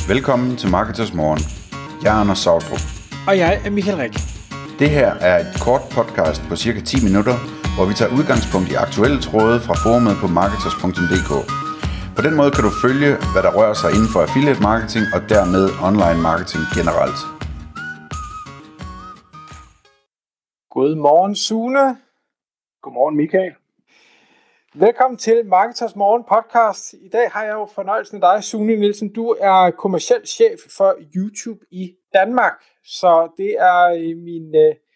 Velkommen til Marketers Morgen. Jeg er Anders Sautrup. Og jeg er Michael Rik. Det her er et kort podcast på cirka 10 minutter, hvor vi tager udgangspunkt i aktuelle tråde fra forumet på marketers.dk. På den måde kan du følge, hvad der rører sig inden for affiliate marketing og dermed online marketing generelt. Godmorgen, Sune. Godmorgen, Michael. Velkommen til Marketers Morgen podcast. I dag har jeg jo fornøjelsen af dig, Sune Nielsen. Du er kommerciel chef for YouTube i Danmark. Så det er min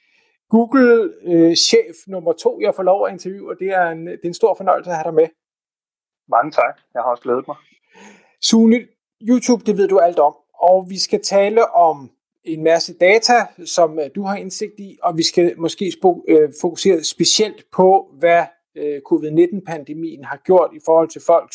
Google-chef nummer 2, jeg får lov at interviewe, og det er en stor fornøjelse at have dig med. Mange tak. Jeg har også glædet mig. Sune, YouTube, det ved du alt om. Og vi skal tale om en masse data, som du har indsigt i, og vi skal måske fokusere specielt på, hvad covid-19-pandemien har gjort i forhold til folks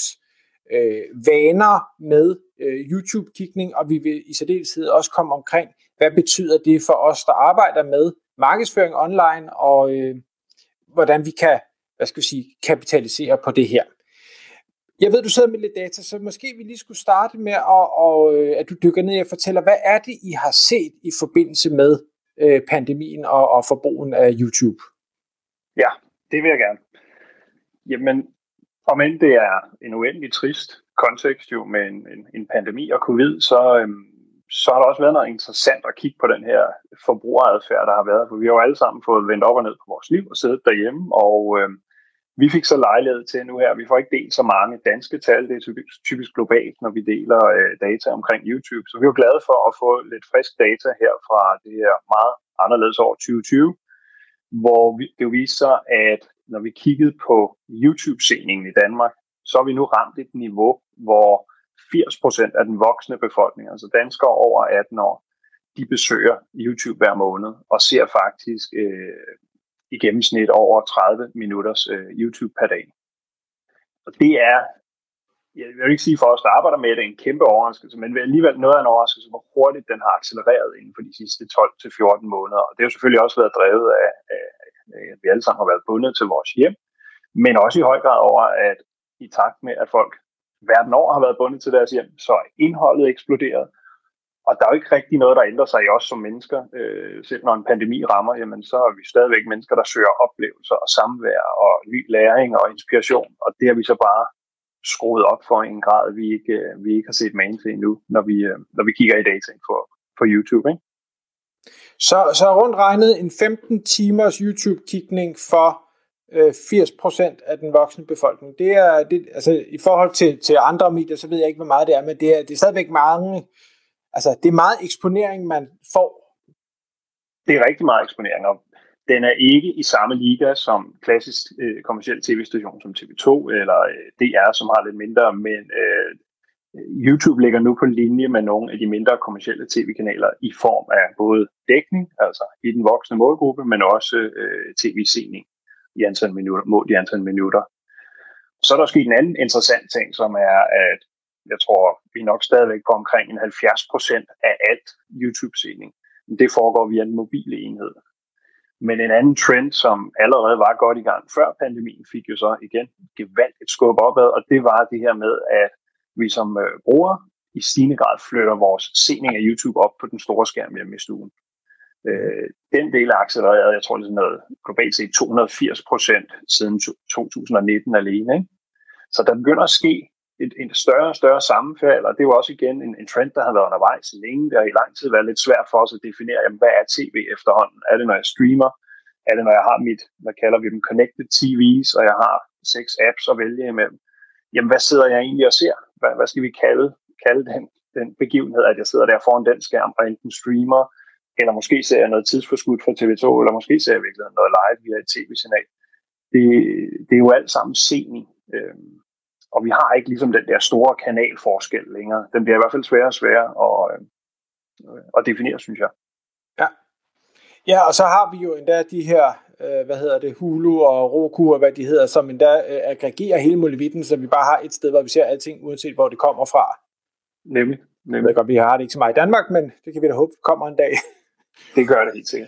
vaner med YouTube-kigning, og vi vil i særdeleshed også komme omkring, hvad betyder det for os, der arbejder med markedsføring online, og hvordan vi kan, kapitalisere på det her. Jeg ved, du sidder med lidt data, så måske vi lige skulle starte med, at du dykker ned og fortæller, hvad er det, I har set i forbindelse med pandemien og forbrugen af YouTube? Ja, det vil jeg gerne. Jamen, om end det er en uendelig trist kontekst jo med en pandemi og covid, så har der også været noget interessant at kigge på den her forbrugeradfærd, der har været. For vi har jo alle sammen fået vendt op og ned på vores liv og siddet derhjemme, og vi fik så lejlighed til nu her. Vi får ikke delt så mange danske tal, det er typisk globalt, når vi deler data omkring YouTube. Så vi er glade for at få lidt frisk data her fra det her meget anderledes år 2020, hvor det jo viser sig, at når vi kiggede på YouTube-seningen i Danmark, så har vi nu ramt et niveau, hvor 80% af den voksne befolkning, altså danskere over 18 år, de besøger YouTube hver måned og ser faktisk i gennemsnit over 30 minutters YouTube per dag. Og det er, jeg vil ikke sige for os, der arbejder med det, en kæmpe overraskelse, men alligevel noget af en overraskelse, hvor hurtigt den har accelereret inden for de sidste 12-14 måneder. Og det har jo selvfølgelig også været drevet af at vi alle sammen har været bundet til vores hjem, men også i høj grad over, at i takt med, at folk verden over har været bundet til deres hjem, så er indholdet eksploderet. Og der er jo ikke rigtig noget, der ændrer sig i os som mennesker. Selv når en pandemi rammer, jamen, så er vi stadigvæk mennesker, der søger oplevelser og samvær og ny læring og inspiration. Og det har vi så bare skruet op for i en grad, vi ikke har set magen til endnu, når vi kigger i data for YouTube, ikke? Så rundt regnet en 15 timers YouTube-kigning for 80% af den voksne befolkning. Det er altså i forhold til andre medier, så ved jeg ikke, hvor meget det er, men det er stadigvæk mange. Altså, det er meget eksponering, man får. Det er rigtig meget eksponering, og den er ikke i samme liga som klassisk kommerciel tv-station som TV2 eller DR, som har lidt mindre, men YouTube ligger nu på linje med nogle af de mindre kommercielle tv-kanaler i form af både dækning, altså i den voksne målgruppe, men også tv-sening i antal minutter, målt i antal minutter. Så er der sket en anden interessant ting, som er, at jeg tror, vi er nok stadigvæk på omkring 70% af alt YouTube-sening. Det foregår via en mobile enhed. Men en anden trend, som allerede var godt i gang før pandemien, fik jo så igen gevaldigt skub opad, og det var det her med, at vi som brugere i stigende grad flytter vores sening af YouTube op på den store skærm hjemme i stuen. Den del er accelereret, jeg tror det er noget globalt set 280% siden 2019 alene. Ikke? Så der begynder at ske et større sammenfald, og det er jo også igen en trend, der har været undervejs længe. Det har i lang tid været lidt svært for os at definere, jamen, hvad er tv efterhånden? Er det, når jeg streamer? Er det, når jeg har hvad kalder vi dem, connected TV's, og jeg har 6 apps at vælge imellem? Jamen, hvad sidder jeg egentlig og ser? Hvad skal vi kalde den begivenhed, at jeg sidder der foran den skærm og enten streamer, eller måske ser jeg noget tidsforskudt fra TV2, eller måske ser jeg virkelig noget live via et tv-signal. Det er jo alt sammen sening. Og vi har ikke ligesom den der store kanalforskel længere. Den bliver i hvert fald sværere og sværere at definere, synes jeg. Ja, og så har vi jo endda de her, Hulu og Roku og hvad de hedder, som endda aggregerer hele muligheden, så vi bare har et sted, hvor vi ser alting, uanset hvor det kommer fra. Nemlig. Jeg ved godt, vi har det ikke så meget i Danmark, men det kan vi da håbe kommer en dag. Det gør det helt sikkert.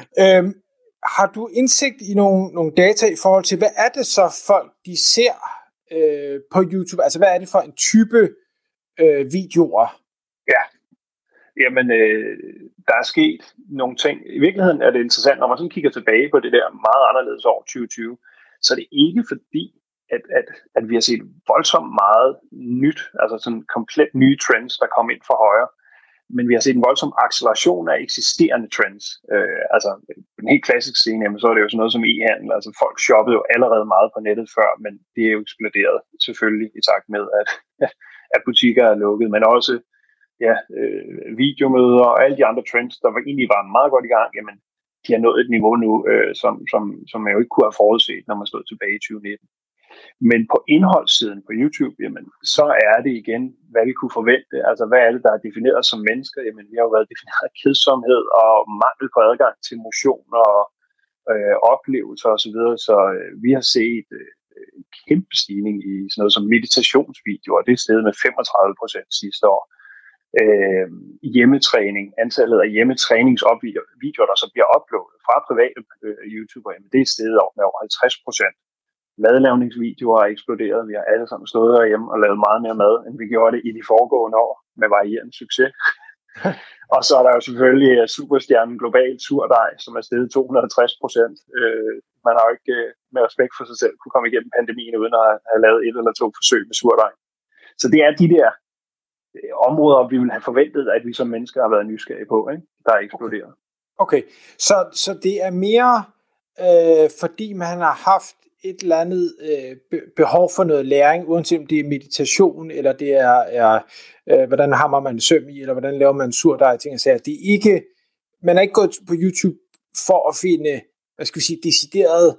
Har du indsigt i nogle data i forhold til, hvad er det så folk, de ser på YouTube? Altså, hvad er det for en type videoer? Ja, jamen der er sket nogle ting. I virkeligheden er det interessant, når man sådan kigger tilbage på det der meget anderledes år 2020, så er det ikke fordi, at vi har set voldsomt meget nyt, altså sådan komplet nye trends, der kom ind fra højre. Men vi har set en voldsom acceleration af eksisterende trends. Altså en helt klassisk scene, så er det jo sådan noget som e-handel. Altså folk shoppede jo allerede meget på nettet før, men det er jo eksploderet selvfølgelig i takt med, at butikker er lukket. Men også videomøder og alle de andre trends, der egentlig var meget godt i gang, jamen de har nået et niveau nu, som man jo ikke kunne have forudset, når man stod tilbage i 2019. Men på indholdssiden på YouTube, jamen, så er det igen, hvad vi kunne forvente. Altså, hvad er det, der er defineret som mennesker? Jamen, vi har jo været defineret af kedsomhed og mangel på adgang til motion og oplevelser osv. Så vi har set en kæmpe stigning i sådan noget som meditationsvideoer. Det er steget med 35% sidste år. Hjemmetræning, antallet af hjemmetræningsvideoer, der så bliver uploadet fra private YouTubere, det er steget med over 50%. Madlavningsvideoer er eksploderet. Vi har alle sammen stået derhjemme og lavet meget mere mad, end vi gjorde det i de foregående år, med varierende succes. Og så er der jo selvfølgelig superstjernen global surdej, som er steget 260%. Man har jo ikke med respekt for sig selv kunne komme igennem pandemien uden at have lavet 1 eller 2 forsøg med surdej. Så det er de der områder, vi ville have forventet, at vi som mennesker har været nysgerrige på, ikke? Der er eksploderet. Okay. Så det er mere fordi man har haft et eller andet behov for noget læring, uanset om det er meditation, eller det er hvordan hammer man søm i, eller hvordan laver man surdej, ting og sager. Det er ikke, man er ikke gået på YouTube for at finde, hvad skal vi sige, decideret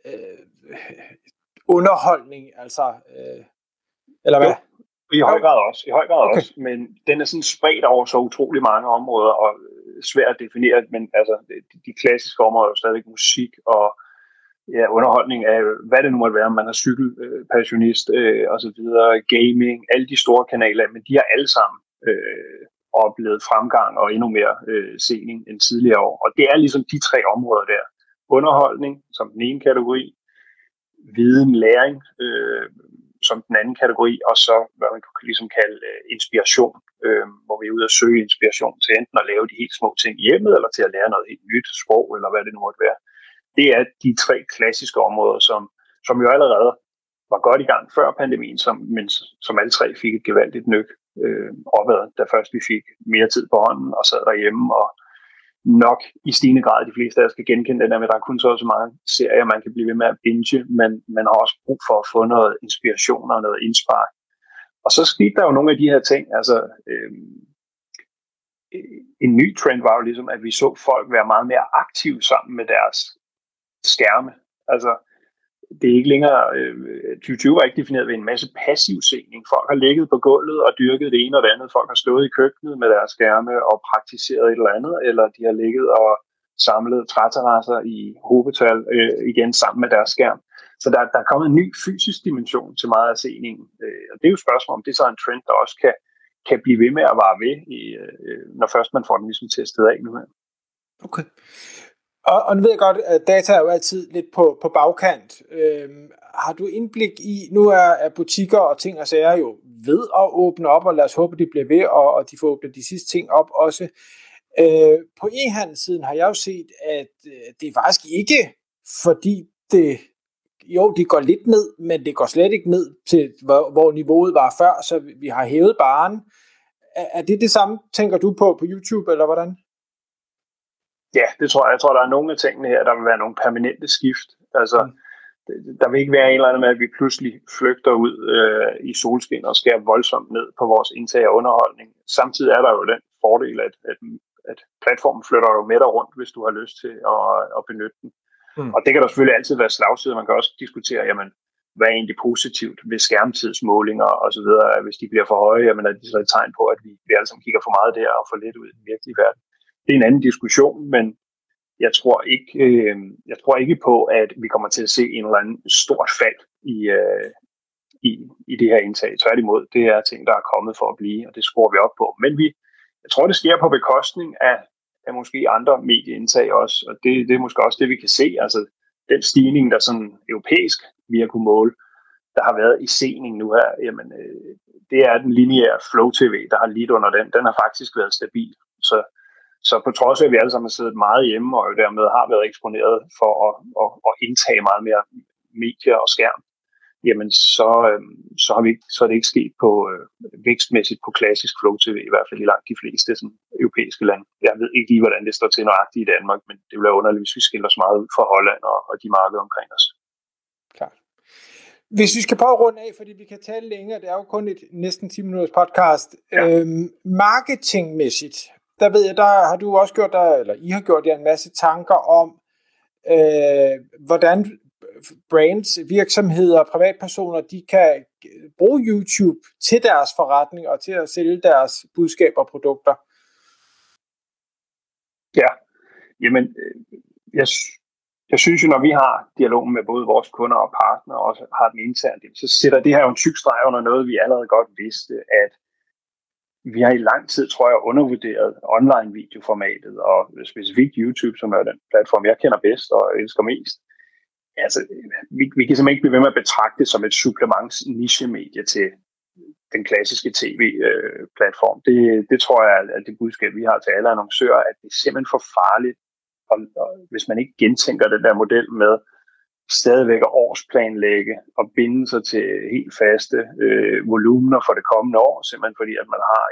underholdning, altså, eller hvad? I høj grad også, men den er sådan spredt over så utrolig mange områder, og svært at definere, men altså, de klassiske områder er jo stadig musik og underholdning af, hvad det nu måtte være, om man er cykelpassionist og så videre, gaming, alle de store kanaler, men de har alle sammen oplevet fremgang og endnu mere sening end tidligere år. Og det er ligesom de 3 områder der. Underholdning som den ene kategori, viden, læring som den anden kategori, og så hvad man kan ligesom kalde inspiration, hvor vi er ude at søge inspiration til enten at lave de helt små ting i hjemmet, eller til at lære noget helt nyt sprog, eller hvad det nu måtte være. Det er de 3 klassiske områder, som jo allerede var godt i gang før pandemien, men som alle 3 fik et gevaldigt nyk opad, da først vi fik mere tid på hånden og sad derhjemme, og nok i stigende grad de fleste af os skal genkende det der med, at der er kun så mange serier, man kan blive ved med at binge, men man har også brug for at få noget inspiration og noget indspark. Og så skete der jo nogle af de her ting, altså en ny trend var jo ligesom, at vi så folk være meget mere aktive sammen med deres skærme. Altså, det er ikke længere, 2020 er ikke defineret ved en masse passiv sening. Folk har ligget på gulvet og dyrket det ene og det andet. Folk har stået i køkkenet med deres skærme og praktiseret et eller andet, eller de har ligget og samlet træterrasser i hobetal igen sammen med deres skærm. Så der er kommet en ny fysisk dimension til meget af seningen. Og det er jo et spørgsmål, om det så er en trend, der også kan blive ved med at vare ved, når først man får den ligesom testet af nu her. Okay. Og nu ved jeg godt, at data er jo altid lidt på bagkant. Har du indblik i, nu er butikker og ting og sager jo ved at åbne op, og lad os håbe, de bliver ved, og de får åbnet de sidste ting op også. På e-handelssiden har jeg jo set, at det er faktisk ikke, fordi det går lidt ned, men det går slet ikke ned til, hvor niveauet var før, så vi har hævet barren. Er det samme, tænker du på YouTube, eller hvordan? Ja, det tror jeg. Jeg tror, der er nogle af tingene her, der vil være nogle permanente skift. Altså, der vil ikke være en eller anden med, at vi pludselig flygter ud i solskin og skærer voldsomt ned på vores indtag af underholdning. Samtidig er der jo den fordel, at platformen flytter jo med dig rundt, hvis du har lyst til at benytte den. Og det kan der selvfølgelig altid være slagsider. Man kan også diskutere, jamen, hvad er egentlig positivt ved skærmtidsmålinger og så videre. Hvis de bliver for høje, jamen, er det så et tegn på, at vi alle sammen kigger for meget der og for lidt ud i den virkelige verden. Det er en anden diskussion, men jeg tror ikke på, at vi kommer til at se en eller anden stort fald i det her indtag. Tværtimod, det er ting, der er kommet for at blive, og det skruer vi op på. Men jeg tror, det sker på bekostning af måske andre medieindtag også, og det er måske også det, vi kan se. Altså den stigning, der sådan europæisk vi har kunne måle, der har været i sening nu her, jamen det er den lineære Flow TV, der har lidt under den. Den har faktisk været stabil. Så på trods af, at vi alle sammen har siddet meget hjemme, og jo dermed har været eksponeret for at indtage meget mere medier og skærm, jamen så er det ikke sket på vækstmæssigt på klassisk Flow TV, i hvert fald i langt de fleste sådan, europæiske lande. Jeg ved ikke lige, hvordan det står til nøjagtigt i Danmark, men det vil være underligt, hvis vi skiller os meget ud fra Holland og de markeder omkring os. Klart. Hvis vi skal prøve at runde af, fordi vi kan tale længere, det er jo kun et næsten 10 minutters podcast. Ja. Marketingmæssigt, der ved jeg, der har du også gjort dig, eller I har gjort jer en masse tanker om, hvordan brands, virksomheder og privatpersoner, de kan bruge YouTube til deres forretning og til at sælge deres budskaber og produkter. Ja, jamen, jeg synes jo, når vi har dialogen med både vores kunder og partnere, og også har den internt, så sætter det her jo en tyk streg under noget, vi allerede godt vidste, at vi har i lang tid, tror jeg, undervurderet online-videoformatet, og specifikt YouTube, som er den platform, jeg kender bedst og elsker mest. Altså, vi kan simpelthen ikke blive ved med at betragte det som et supplements-niche-medie til den klassiske tv-platform. Det tror jeg er det budskab, vi har til alle annoncører, at det er simpelthen for farligt, og hvis man ikke gentænker den der model med stadigvæk at årsplanlægge og binde sig til helt faste volumener for det kommende år, simpelthen fordi, at man har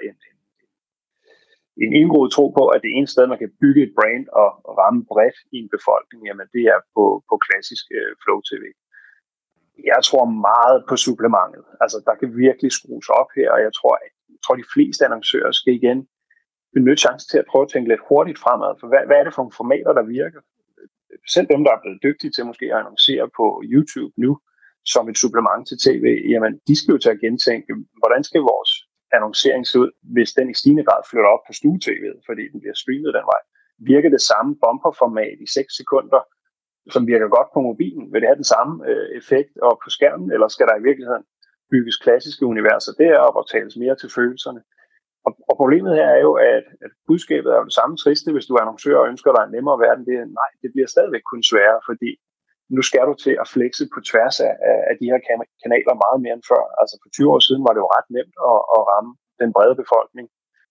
en indgroet tro på, at det eneste sted, man kan bygge et brand og ramme bredt i en befolkning, jamen det er på klassisk Flow TV. Jeg tror meget på supplementet. Altså, der kan virkelig skrues op her, og jeg tror de fleste annoncører skal igen benytte chancen til at prøve at tænke lidt hurtigt fremad, for hvad er det for nogle formater, der virker? Selv dem, der er blevet dygtige til måske at annoncere på YouTube nu, som et supplement til tv, jamen, de skal jo til at gentænke, hvordan skal vores annoncering se ud, hvis den i stigende grad flytter op på stue-tv'et, fordi den bliver streamet den vej. Virker det samme bumperformat i 6 sekunder, som virker godt på mobilen? Vil det have den samme effekt op på skærmen, eller skal der i virkeligheden bygges klassiske universer derop og tales mere til følelserne? Og problemet her er jo, at budskabet er jo det samme triste, hvis du er annoncør og ønsker dig en nemmere verden. Det bliver stadigvæk kun sværere, fordi nu skal du til at flexe på tværs af de her kanaler meget mere end før. Altså for 20 år siden var det jo ret nemt at ramme den brede befolkning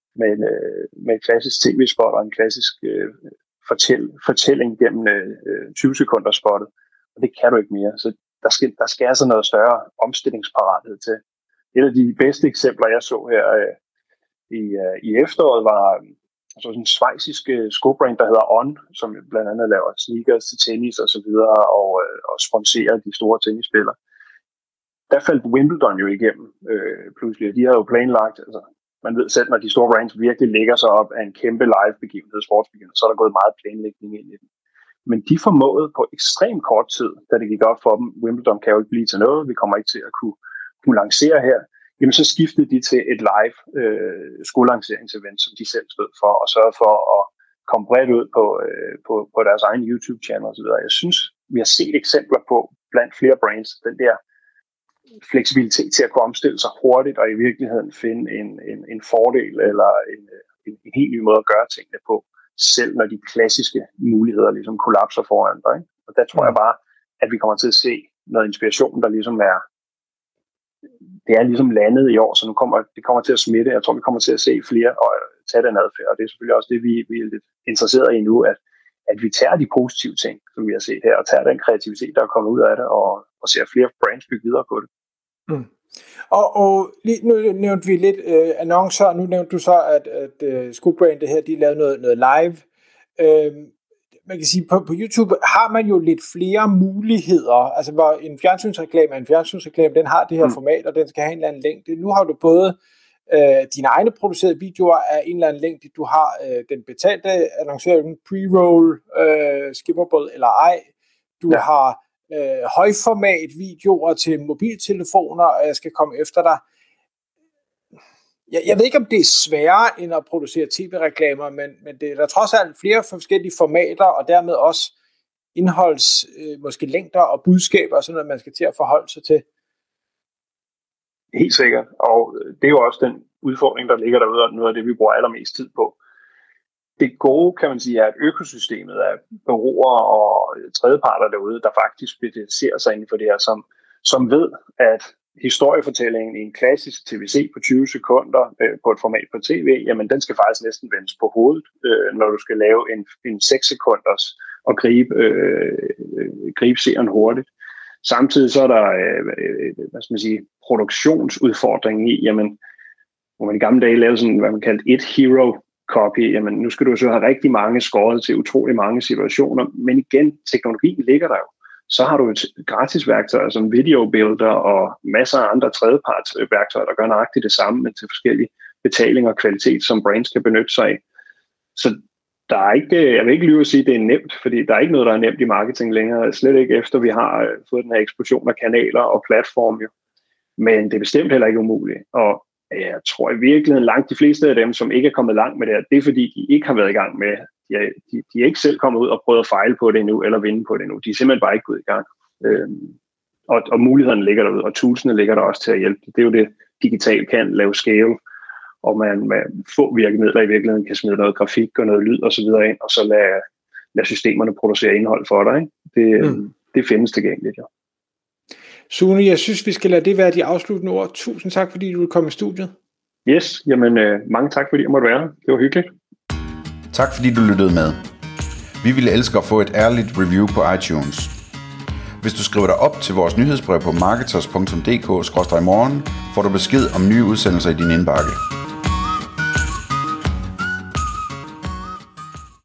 med et klassisk tv-spot og en klassisk fortælling gennem 20 sekunder spottet. Og det kan du ikke mere. Så der skal altså noget større omstillingsparathed til. Et af de bedste eksempler, jeg så her i efteråret, var sådan en schweizisk skobrand, der hedder On, som blandt andet laver sneakers til tennis og så videre, og sponsorer de store tennisspillere. Der faldt Wimbledon jo igennem pludselig. De havde jo planlagt, altså man ved selv, når de store brands virkelig lægger sig op af en kæmpe live-begivenhed, sportsbegivenhed, så er der gået meget planlægning ind i den. Men de formåede på ekstremt kort tid, da det gik op for dem, Wimbledon kan jo ikke blive til noget, vi kommer ikke til at kunne lancere her, jamen så skiftede de til et live skolelanceringsevent, som de selv stod for, og sørgede for at komme bredt ud på deres egen YouTube-channel osv. Jeg synes, vi har set eksempler på blandt flere brands, den der fleksibilitet til at kunne omstille sig hurtigt, og i virkeligheden finde en fordel, eller en helt ny måde at gøre tingene på, selv når de klassiske muligheder ligesom kollapser foran dig. Ikke? Og der tror jeg bare, at vi kommer til at se noget inspiration, der ligesom det er ligesom landet i år, så nu det kommer til at smitte. Jeg tror, vi kommer til at se flere og tage den adfærd, og det er selvfølgelig også det, vi er lidt interesseret i nu, at vi tager de positive ting, som vi har set her, og tager den kreativitet, der er kommet ud af det, og ser flere brands bygge videre på det. Mm. Og nu nævnte vi lidt annoncer, og nu nævnte du så, at Skobrandet her, de lavede noget live. Man kan sige, på YouTube har man jo lidt flere muligheder, altså hvor en fjernsynsreklame, den har det her format, og den skal have en eller anden længde. Nu har du både dine egne producerede videoer af en eller anden længde, du har den betalte annoncering, pre-roll, skippable eller ej, du har højformat videoer til mobiltelefoner, og jeg skal komme efter dig. Jeg ved ikke, om det er sværere end at producere tv-reklamer, men det er der trods alt flere forskellige formater, og dermed også indholds, måske længder og budskaber, sådan noget, man skal til at forholde sig til. Helt sikkert, og det er jo også den udfordring, der ligger derude, og noget af det, vi bruger allermest tid på. Det gode, kan man sige, er, at økosystemet af bureauer og tredjeparter derude, der faktisk specialiserer sig inden for det her, som ved, at historiefortællingen i en klassisk TVC på 20 sekunder på et format på tv, jamen den skal faktisk næsten vendes på hovedet, når du skal lave en 6 sekunders og gribe seeren hurtigt. Samtidig så er der produktionsudfordringen i, jamen, hvor man i gamle dage lavede sådan, hvad man kaldte et hero copy, jamen nu skal du så have rigtig mange skåret til utrolig mange situationer, men igen, teknologien ligger der jo. Så har du et gratis værktøj som Video Builder og masser af andre tredjeparts værktøjer, der gør nøjagtigt det samme, men til forskellige betaling og kvalitet, som brands kan benytte sig af. Så der er ikke, jeg vil ikke lyve at sige, at det er nemt, fordi der er ikke noget, der er nemt i marketing længere, slet ikke efter vi har fået den her eksplosion af kanaler og platforme. Men det er bestemt heller ikke umuligt. Og jeg tror i virkeligheden langt de fleste af dem, som ikke er kommet langt med det her, det er fordi, de ikke har været i gang med. De er ikke selv kommet ud og prøvet at fejle på det endnu, eller vinde på det endnu. De er simpelthen bare ikke gået i gang. Og mulighederne ligger derude, og toolsene ligger der også til at hjælpe. Det er jo det, digitalt kan lave scale, og man med få virkemidler i virkeligheden kan smide noget grafik og noget lyd og så videre ind, og så lade systemerne producere indhold for dig. Ikke? Det findes tilgængeligt, ja. Sune, jeg synes, vi skal lade det være de afsluttende ord. Tusind tak, fordi du ville komme i studiet. Yes, jamen mange tak, fordi jeg måtte være. Det var hyggeligt. Tak fordi du lyttede med. Vi ville elske at få et ærligt review på iTunes. Hvis du skriver dig op til vores nyhedsbrev på marketers.dk/morgen, får du besked om nye udsendelser i din indbakke.